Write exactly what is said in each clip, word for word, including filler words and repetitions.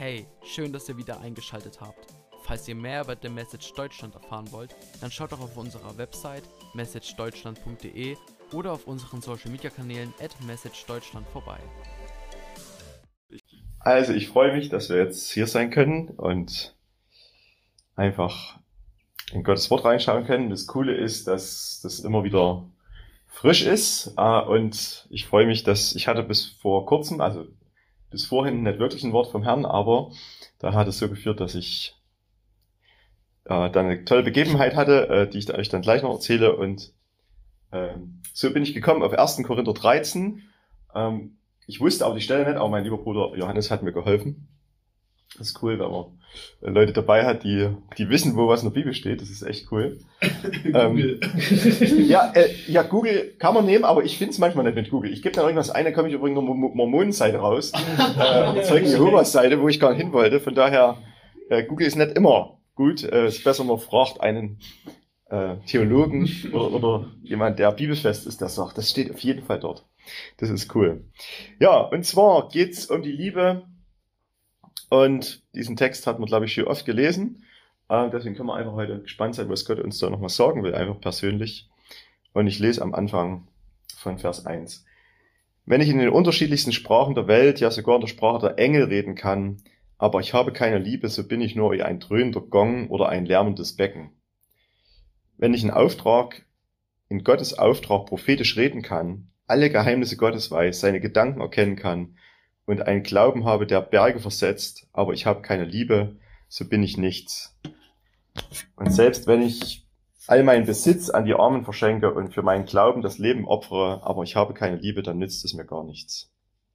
Hey, schön, dass ihr wieder eingeschaltet habt. Falls ihr mehr über The Message Deutschland erfahren wollt, dann schaut doch auf unserer Website message deutschland punkt de oder auf unseren Social Media Kanälen at message deutschland vorbei. Also ich freue mich, dass wir jetzt hier sein können und einfach in Gottes Wort reinschauen können. Das Coole ist, dass das immer wieder frisch ist und ich freue mich, dass ich hatte bis vor kurzem, also bis vorhin nicht wirklich ein Wort vom Herrn, aber da hat es so geführt, dass ich äh, dann eine tolle Begebenheit hatte, äh, die ich euch dann gleich noch erzähle. Und äh, so bin ich gekommen auf ersten Korinther dreizehn. Ähm, ich wusste aber die Stelle nicht, aber mein lieber Bruder Johannes hat mir geholfen. Das ist cool, wenn man äh, Leute dabei hat, die die wissen, wo was in der Bibel steht. Das ist echt cool. ähm, ja, äh, ja, Google kann man nehmen, aber ich finde es manchmal nicht mit Google. Ich gebe dann irgendwas ein, dann komme ich übrigens eine Mormonenseite raus, äh, Zeugen Jehovas Seite, wo ich gar nicht hin wollte. Von daher, äh, Google ist nicht immer gut. Es äh, ist besser, man fragt einen äh, Theologen oder, oder jemand, der bibelfest ist, der sagt, das steht auf jeden Fall dort. Das ist cool. Ja, und zwar geht's um die Liebe. Und diesen Text hat man, glaube ich, schon oft gelesen. Äh, deswegen können wir einfach heute gespannt sein, was Gott uns da nochmal sagen will, einfach persönlich. Und ich lese am Anfang von Vers eins. Wenn ich in den unterschiedlichsten Sprachen der Welt, ja sogar in der Sprache der Engel reden kann, aber ich habe keine Liebe, so bin ich nur wie ein dröhnender Gong oder ein lärmendes Becken. Wenn ich in Auftrag, in Gottes Auftrag prophetisch reden kann, alle Geheimnisse Gottes weiß, seine Gedanken erkennen kann, und einen Glauben habe, der Berge versetzt, aber ich habe keine Liebe, so bin ich nichts. Und selbst wenn ich all meinen Besitz an die Armen verschenke und für meinen Glauben das Leben opfere, aber ich habe keine Liebe, dann nützt es mir gar nichts.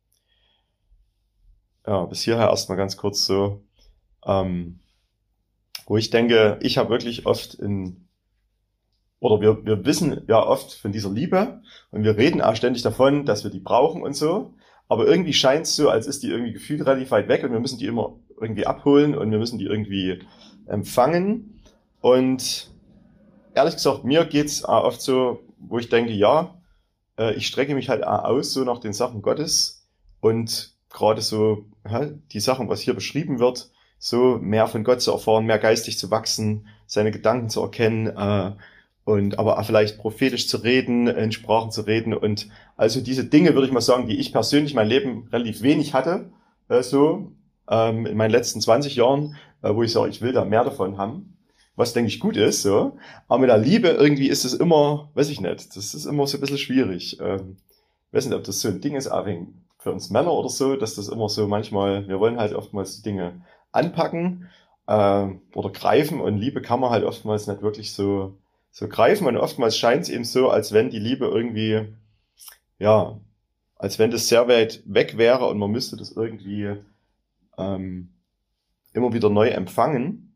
Ja, bis hierher erstmal ganz kurz so, ähm, wo ich denke, ich habe wirklich oft in, oder wir, wir wissen ja oft von dieser Liebe und wir reden auch ständig davon, dass wir die brauchen und so. Aber irgendwie scheint es so, als ist die irgendwie gefühlt relativ weit weg und wir müssen die immer irgendwie abholen und wir müssen die irgendwie empfangen. Und ehrlich gesagt, mir geht's oft so, wo ich denke, ja, ich strecke mich halt aus so nach den Sachen Gottes und gerade so die Sachen, was hier beschrieben wird, so mehr von Gott zu erfahren, mehr geistig zu wachsen, seine Gedanken zu erkennen, und aber auch vielleicht prophetisch zu reden, in Sprachen zu reden und also diese Dinge, würde ich mal sagen, die ich persönlich mein Leben relativ wenig hatte, äh, so ähm, in meinen letzten zwanzig Jahren, äh, wo ich sage, ich will da mehr davon haben, was denke ich gut ist, so. Aber mit der Liebe irgendwie ist es immer, weiß ich nicht, das ist immer so ein bisschen schwierig. Ähm, weiß nicht, ob das so ein Ding ist, abhängig für uns Männer oder so, dass das immer so manchmal, wir wollen halt oftmals die Dinge anpacken äh, oder greifen und Liebe kann man halt oftmals nicht wirklich so so greifen und oftmals scheint es eben so, als wenn die Liebe irgendwie, ja, als wenn das sehr weit weg wäre und man müsste das irgendwie ähm, immer wieder neu empfangen.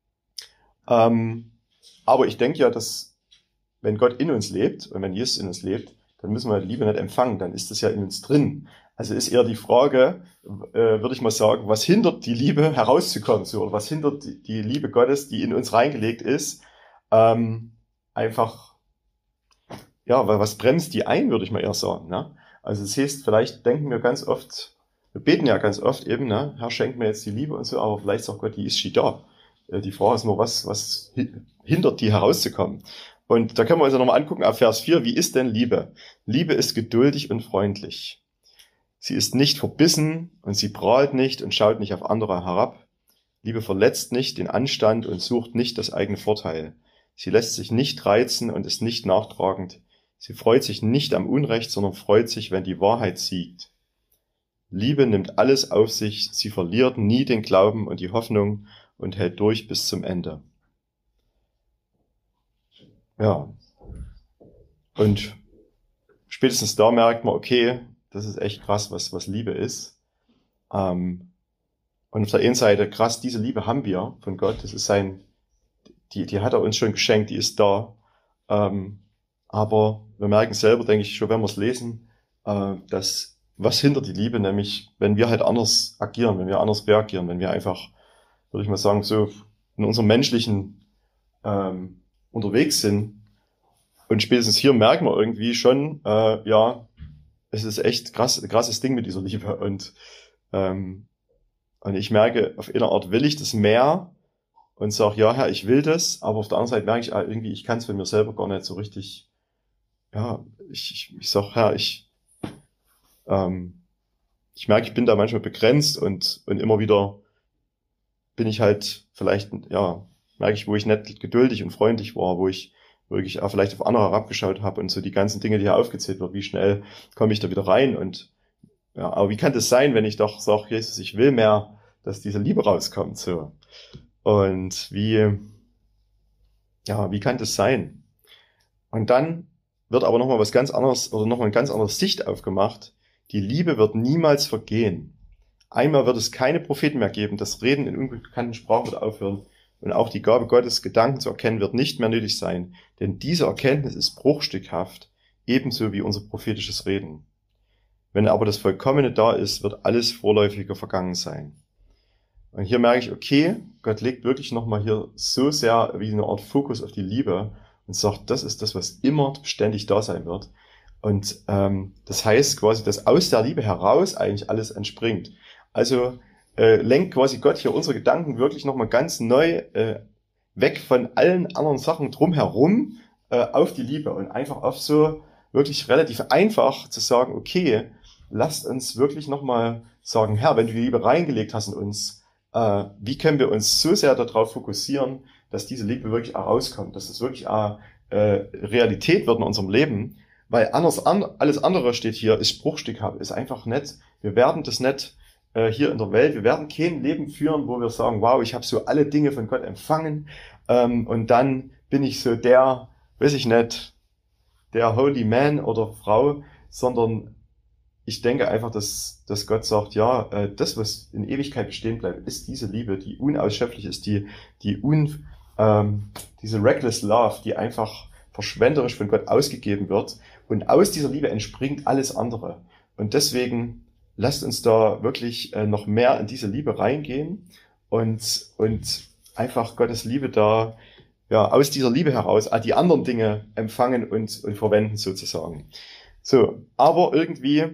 Ähm, aber ich denke ja, dass wenn Gott in uns lebt und wenn Jesus in uns lebt, dann müssen wir die Liebe nicht empfangen, dann ist das ja in uns drin. Also ist eher die Frage, äh, würde ich mal sagen, was hindert die Liebe herauszukommen, so, oder was hindert die, die Liebe Gottes, die in uns reingelegt ist, ähm, einfach, ja, weil was bremst die ein, würde ich mal eher sagen, ne? Also es heißt, vielleicht denken wir ganz oft, wir beten ja ganz oft eben, ne, Herr, schenk mir jetzt die Liebe und so, aber vielleicht sagt Gott, die ist schon da. Die Frage ist nur, was, was hindert die herauszukommen? Und da können wir uns ja nochmal angucken, ab Vers vier, wie ist denn Liebe? Liebe ist geduldig und freundlich. Sie ist nicht verbissen und sie prahlt nicht und schaut nicht auf andere herab. Liebe verletzt nicht den Anstand und sucht nicht das eigene Vorteil. Sie lässt sich nicht reizen und ist nicht nachtragend. Sie freut sich nicht am Unrecht, sondern freut sich, wenn die Wahrheit siegt. Liebe nimmt alles auf sich, sie verliert nie den Glauben und die Hoffnung und hält durch bis zum Ende. Ja. Und spätestens da merkt man, okay, das ist echt krass, was, was Liebe ist. Ähm, und auf der einen Seite, krass, diese Liebe haben wir von Gott, das ist sein, Die, die hat er uns schon geschenkt, die ist da. Ähm, aber wir merken selber, denke ich, schon wenn wir es lesen, äh, dass was hinter die Liebe, nämlich wenn wir halt anders agieren, wenn wir anders reagieren, wenn wir einfach, würde ich mal sagen, so in unserem menschlichen ähm, unterwegs sind. Und spätestens hier merken wir irgendwie schon, äh, ja, es ist echt krass, krasses Ding mit dieser Liebe. Und ähm, Und ich merke, auf einer Art will ich das mehr und sage, ja, Herr, ich will das, aber auf der anderen Seite merke ich ah, irgendwie, ich kann es von mir selber gar nicht so richtig, ja, ich, ich, ich sage, Herr, ich, ähm, ich merke, ich bin da manchmal begrenzt und, und immer wieder bin ich halt vielleicht, ja, merke ich, wo ich nicht geduldig und freundlich war, wo ich wirklich auch vielleicht auf andere herabgeschaut habe und so die ganzen Dinge, die hier aufgezählt wird, wie schnell komme ich da wieder rein und ja, aber wie kann das sein, wenn ich doch sage, Jesus, ich will mehr, dass diese Liebe rauskommt, so. Und wie, ja, wie kann das sein? Und dann wird aber nochmal was ganz anderes oder nochmal eine ganz andere Sicht aufgemacht. Die Liebe wird niemals vergehen. Einmal wird es keine Propheten mehr geben, das Reden in unbekannten Sprachen wird aufhören und auch die Gabe Gottes, Gedanken zu erkennen, wird nicht mehr nötig sein, denn diese Erkenntnis ist bruchstückhaft, ebenso wie unser prophetisches Reden. Wenn aber das Vollkommene da ist, wird alles Vorläufige vergangen sein. Und hier merke ich, okay, Gott legt wirklich nochmal hier so sehr wie eine Art Fokus auf die Liebe und sagt, das ist das, was immer beständig da sein wird. Und ähm, das heißt quasi, dass aus der Liebe heraus eigentlich alles entspringt. Also äh, lenkt quasi Gott hier unsere Gedanken wirklich nochmal ganz neu äh, weg von allen anderen Sachen drumherum äh, auf die Liebe und einfach auf so wirklich relativ einfach zu sagen, okay, lasst uns wirklich nochmal sagen, Herr, wenn du die Liebe reingelegt hast in uns, äh, wie können wir uns so sehr darauf fokussieren, dass diese Liebe wirklich auch rauskommt, dass es wirklich auch äh, Realität wird in unserem Leben, weil anders an, alles andere steht hier, ist bruchstückhaft, ist einfach nicht, wir werden das nicht äh, hier in der Welt, wir werden kein Leben führen, wo wir sagen, wow, ich habe so alle Dinge von Gott empfangen ähm, und dann bin ich so der, weiß ich nicht, der Holy Man oder Frau, sondern ich denke einfach, dass, dass Gott sagt, ja, äh, das, was in Ewigkeit bestehen bleibt, ist diese Liebe, die unausschöpflich ist, die, die un, ähm, diese reckless love, die einfach verschwenderisch von Gott ausgegeben wird. Und aus dieser Liebe entspringt alles andere. Und deswegen lasst uns da wirklich äh, noch mehr in diese Liebe reingehen und, und einfach Gottes Liebe da, ja, aus dieser Liebe heraus all die anderen Dinge empfangen und, und verwenden sozusagen. So, aber irgendwie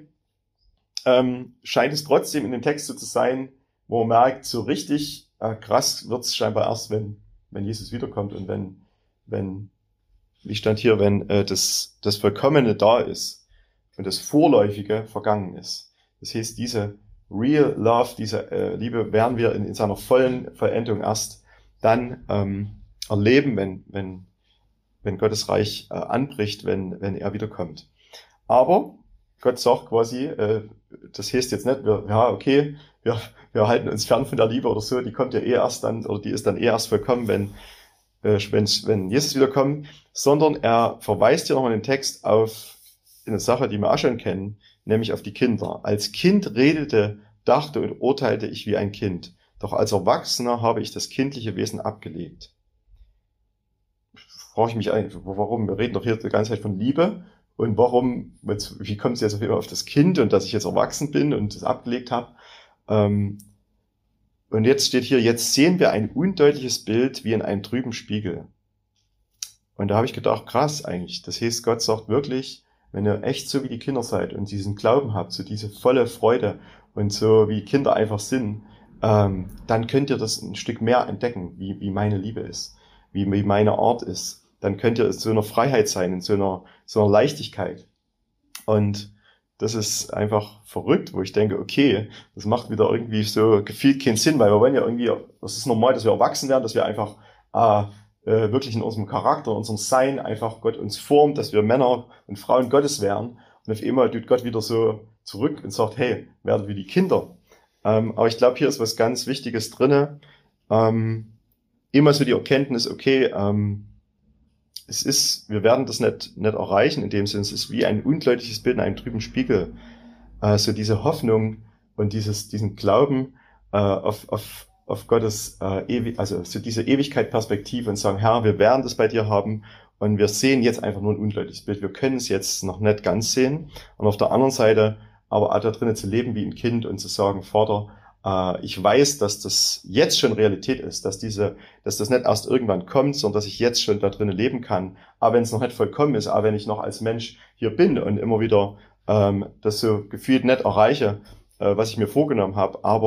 ähm, scheint es trotzdem in dem Text so zu sein, wo man merkt, so richtig äh, krass wird es scheinbar erst, wenn, wenn Jesus wiederkommt und wenn, wenn, wie stand hier, wenn äh, das, das Vollkommene da ist und das Vorläufige vergangen ist. Das heißt, diese real love, diese äh, Liebe werden wir in, in seiner vollen Vollendung erst dann ähm, erleben, wenn, wenn, wenn Gottes Reich äh, anbricht, wenn, wenn er wiederkommt. Aber Gott sagt quasi, äh, das heißt jetzt nicht, wir, ja, okay, wir, wir halten uns fern von der Liebe oder so, die kommt ja eh erst dann, oder die ist dann eh erst vollkommen, wenn, äh, wenn, wenn Jesus wiederkommt, sondern er verweist hier nochmal den Text auf eine Sache, die wir auch schon kennen, nämlich auf die Kinder. Als Kind redete, dachte und urteilte ich wie ein Kind, doch als Erwachsener habe ich das kindliche Wesen abgelegt. Frage ich mich eigentlich, warum? Wir reden doch hier die ganze Zeit von Liebe. Und warum, wie kommt es jetzt auf einmal auf das Kind und dass ich jetzt erwachsen bin und es abgelegt habe? Ähm, und jetzt steht hier, jetzt sehen wir ein undeutliches Bild wie in einem trüben Spiegel. Und da habe ich gedacht, krass eigentlich. Das heißt, Gott sagt wirklich, wenn ihr echt so wie die Kinder seid und diesen Glauben habt, so diese volle Freude und so wie Kinder einfach sind, ähm, dann könnt ihr das ein Stück mehr entdecken, wie, wie meine Liebe ist, wie, wie meine Art ist. Dann könnt ihr in so einer Freiheit sein, in so einer, so einer Leichtigkeit. Und das ist einfach verrückt, wo ich denke, okay, das macht wieder irgendwie so gefühlt keinen Sinn, weil wir wollen ja irgendwie, das ist normal, dass wir erwachsen werden, dass wir einfach äh, äh, wirklich in unserem Charakter, in unserem Sein einfach Gott uns formt, dass wir Männer und Frauen Gottes werden. Und auf einmal tut Gott wieder so zurück und sagt, hey, werdet wie die Kinder. Ähm, aber ich glaube, hier ist was ganz Wichtiges drinne. Ähm, immer so die Erkenntnis, okay, ähm, es ist, wir werden das nicht, nicht erreichen in dem Sinne, es ist wie ein undeutliches Bild in einem trüben Spiegel. Äh, so diese Hoffnung und dieses, diesen Glauben äh, auf, auf, auf Gottes, äh, ewig, also so diese Ewigkeit-Perspektive und sagen, Herr, wir werden das bei dir haben und wir sehen jetzt einfach nur ein undeutliches Bild. Wir können es jetzt noch nicht ganz sehen. Und auf der anderen Seite aber auch da drinnen zu leben wie ein Kind und zu sagen, Vater, ich weiß, dass das jetzt schon Realität ist, dass diese, dass das nicht erst irgendwann kommt, sondern dass ich jetzt schon da drinnen leben kann. Aber wenn es noch nicht vollkommen ist, aber wenn ich noch als Mensch hier bin und immer wieder ähm, das so gefühlt nicht erreiche, äh, was ich mir vorgenommen habe, aber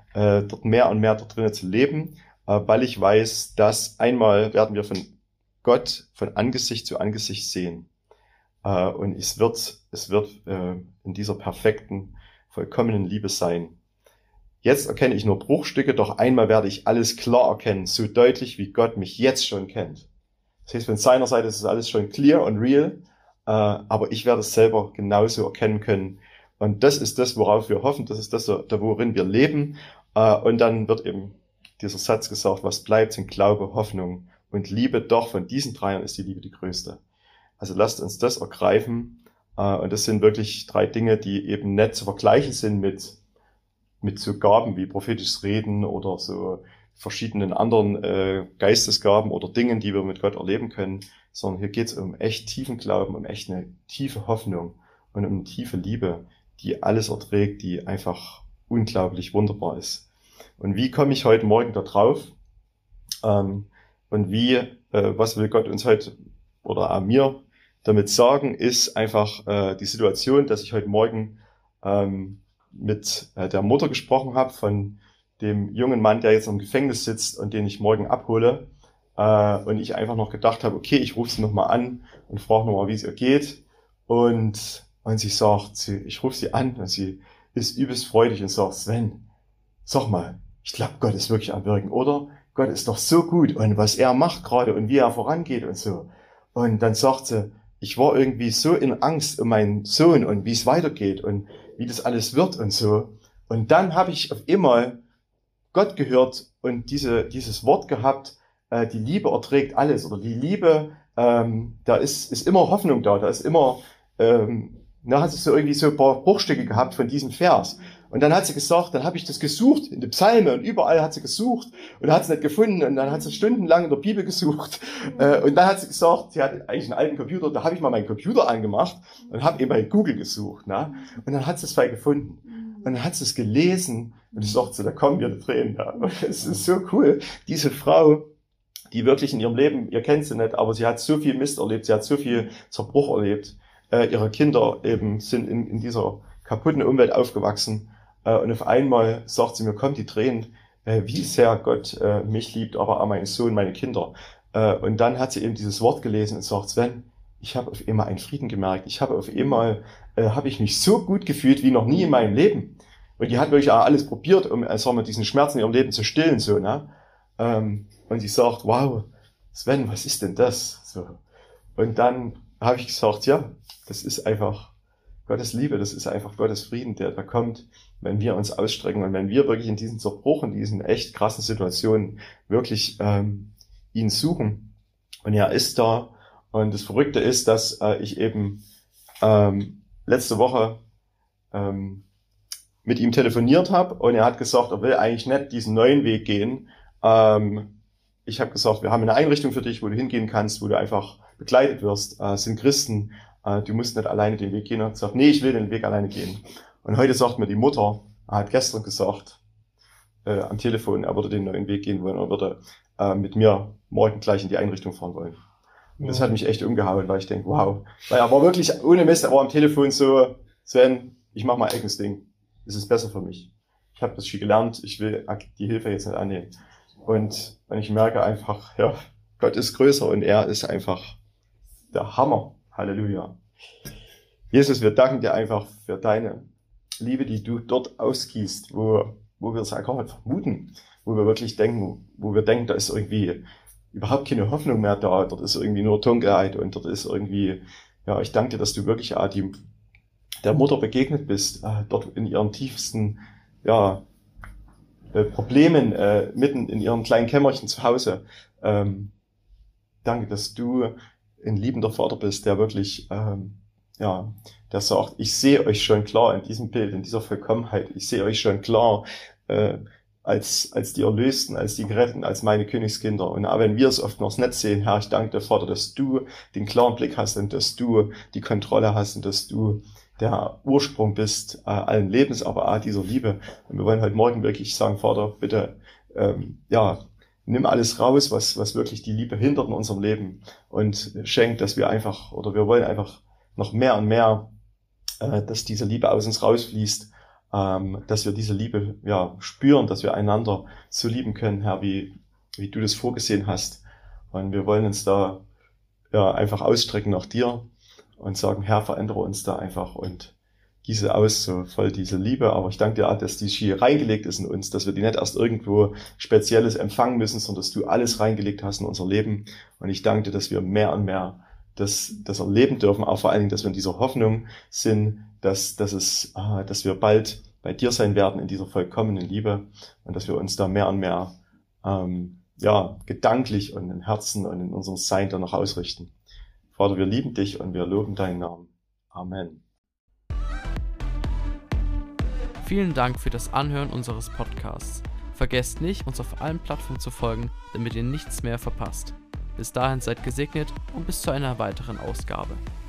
äh, dort mehr und mehr dort drinnen zu leben, äh, weil ich weiß, dass einmal werden wir von Gott von Angesicht zu Angesicht sehen. Äh, und es wird, es wird äh, in dieser perfekten, vollkommenen Liebe sein. Jetzt erkenne ich nur Bruchstücke, doch einmal werde ich alles klar erkennen, so deutlich, wie Gott mich jetzt schon kennt. Das heißt, von seiner Seite ist es alles schon clear und real, äh, aber ich werde es selber genauso erkennen können. Und das ist das, worauf wir hoffen, das ist das, worin wir leben. Äh, und dann wird eben dieser Satz gesagt, was bleibt, sind Glaube, Hoffnung und Liebe. Doch von diesen dreien ist die Liebe die größte. Also lasst uns das ergreifen. Äh, und das sind wirklich drei Dinge, die eben nicht zu vergleichen sind mit mit so Gaben wie prophetisches Reden oder so verschiedenen anderen äh, Geistesgaben oder Dingen, die wir mit Gott erleben können, sondern hier geht es um echt tiefen Glauben, um echt eine tiefe Hoffnung und um eine tiefe Liebe, die alles erträgt, die einfach unglaublich wunderbar ist. Und wie komme ich heute Morgen da drauf? Ähm, und wie, äh, was will Gott uns heute oder auch mir damit sagen, ist einfach äh, die Situation, dass ich heute Morgen ähm, mit äh, der Mutter gesprochen habe von dem jungen Mann, der jetzt im Gefängnis sitzt und den ich morgen abhole. Äh, und ich einfach noch gedacht habe, okay, ich rufe sie nochmal an und frage nochmal, wie es ihr geht. Und, und sie sagt, sie, ich rufe sie an und sie ist übelst freudig und sagt, Sven, sag mal, ich glaube, Gott ist wirklich am Wirken, oder? Gott ist doch so gut und was er macht gerade und wie er vorangeht und so. Und dann sagt sie, ich war irgendwie so in Angst um meinen Sohn und wie es weitergeht und wie das alles wird und so. Und dann habe ich auf einmal Gott gehört und diese dieses Wort gehabt, äh, die Liebe erträgt alles oder die Liebe, ähm, da ist ist immer Hoffnung da, da ist immer, ähm, da hat sie so irgendwie so ein paar Bruchstücke gehabt von diesem Vers. Und dann hat sie gesagt, dann habe ich das gesucht in den Psalmen und überall hat sie gesucht und hat es nicht gefunden und dann hat sie stundenlang in der Bibel gesucht äh, und dann hat sie gesagt, sie hat eigentlich einen alten Computer, da habe ich mal meinen Computer angemacht und habe eben bei Google gesucht, ne? Und dann hat sie es bei gefunden und dann hat sie es gelesen und ich sagte, da kommen mir die Tränen da. Und es ist so cool, diese Frau, die wirklich in ihrem Leben, ihr kennt sie nicht, aber sie hat so viel Mist erlebt, sie hat so viel Zerbruch erlebt, äh, ihre Kinder eben sind in, in dieser kaputten Umwelt aufgewachsen. Und auf einmal sagt sie mir, kommt die Tränen, wie sehr Gott mich liebt, aber auch meinen Sohn, meine Kinder. Und dann hat sie eben dieses Wort gelesen und sagt, Sven, ich habe auf einmal einen Frieden gemerkt. Ich habe auf einmal, habe ich mich so gut gefühlt wie noch nie in meinem Leben. Und die hat wirklich auch alles probiert, um, sagen wir, diesen Schmerz in ihrem Leben zu stillen, so, ne? Und sie sagt, wow, Sven, was ist denn das? So. Und dann habe ich gesagt, ja, das ist einfach Gottes Liebe, das ist einfach Gottes Frieden, der da kommt, wenn wir uns ausstrecken und wenn wir wirklich in diesen Zerbruch, in diesen echt krassen Situationen wirklich ähm, ihn suchen. Und er ist da. Und das Verrückte ist, dass äh, ich eben ähm, letzte Woche ähm, mit ihm telefoniert habe und er hat gesagt, er will eigentlich nicht diesen neuen Weg gehen. Ähm, ich habe gesagt, wir haben eine Einrichtung für dich, wo du hingehen kannst, wo du einfach begleitet wirst. Äh, sind Christen. Du musst nicht alleine den Weg gehen. Er hat gesagt, nee, ich will den Weg alleine gehen. Und heute sagt mir die Mutter, er hat gestern gesagt, äh, am Telefon, er würde den neuen Weg gehen wollen, er würde äh, mit mir morgen gleich in die Einrichtung fahren wollen. Und das hat mich echt umgehauen, weil ich denke, wow. Weil er war wirklich, ohne Mist, er war am Telefon so, Sven, ich mache mein eigenes Ding. Es ist besser für mich. Ich habe das schon gelernt, ich will die Hilfe jetzt nicht annehmen. Und, und ich merke einfach, ja, Gott ist größer und er ist einfach der Hammer. Halleluja. Jesus, wir danken dir einfach für deine Liebe, die du dort ausgießt, wo, wo wir es gar nicht vermuten, wo wir wirklich denken, wo wir denken, da ist irgendwie überhaupt keine Hoffnung mehr da, dort ist irgendwie nur Dunkelheit und dort ist irgendwie, ja, ich danke dir, dass du wirklich ah, die, der Mutter begegnet bist, ah, dort in ihren tiefsten, ja, äh, Problemen, äh, mitten in ihrem kleinen Kämmerchen zu Hause. Ähm, danke, dass du ein liebender Vater bist, der wirklich, ähm, ja, der sagt, ich sehe euch schon klar in diesem Bild, in dieser Vollkommenheit. Ich sehe euch schon klar äh, als als die Erlösten, als die Geretteten, als meine Königskinder. Und auch wenn wir es oft noch nicht sehen, Herr, ich danke dir, Vater, dass du den klaren Blick hast und dass du die Kontrolle hast und dass du der Ursprung bist äh, allen Lebens, aber auch dieser Liebe. Und wir wollen heute Morgen wirklich sagen, Vater, bitte, ähm, ja, nimm alles raus, was was wirklich die Liebe hindert in unserem Leben und schenk, dass wir einfach, oder wir wollen einfach noch mehr und mehr, äh, dass diese Liebe aus uns rausfließt ähm, dass wir diese Liebe ja spüren, dass wir einander so lieben können, Herr, wie, wie du das vorgesehen hast. Und wir wollen uns da ja einfach ausstrecken nach dir und sagen, Herr, verändere uns da einfach und gieße aus, so voll diese Liebe. Aber ich danke dir auch, dass die hier reingelegt ist in uns, dass wir die nicht erst irgendwo Spezielles empfangen müssen, sondern dass du alles reingelegt hast in unser Leben. Und ich danke dir, dass wir mehr und mehr das, das erleben dürfen, auch vor allen Dingen, dass wir in dieser Hoffnung sind, dass, dass es, ah, dass wir bald bei dir sein werden in dieser vollkommenen Liebe und dass wir uns da mehr und mehr, ähm, ja, gedanklich und im Herzen und in unserem Sein danach ausrichten. Vater, wir lieben dich und wir loben deinen Namen. Amen. Vielen Dank für das Anhören unseres Podcasts. Vergesst nicht, uns auf allen Plattformen zu folgen, damit ihr nichts mehr verpasst. Bis dahin seid gesegnet und bis zu einer weiteren Ausgabe.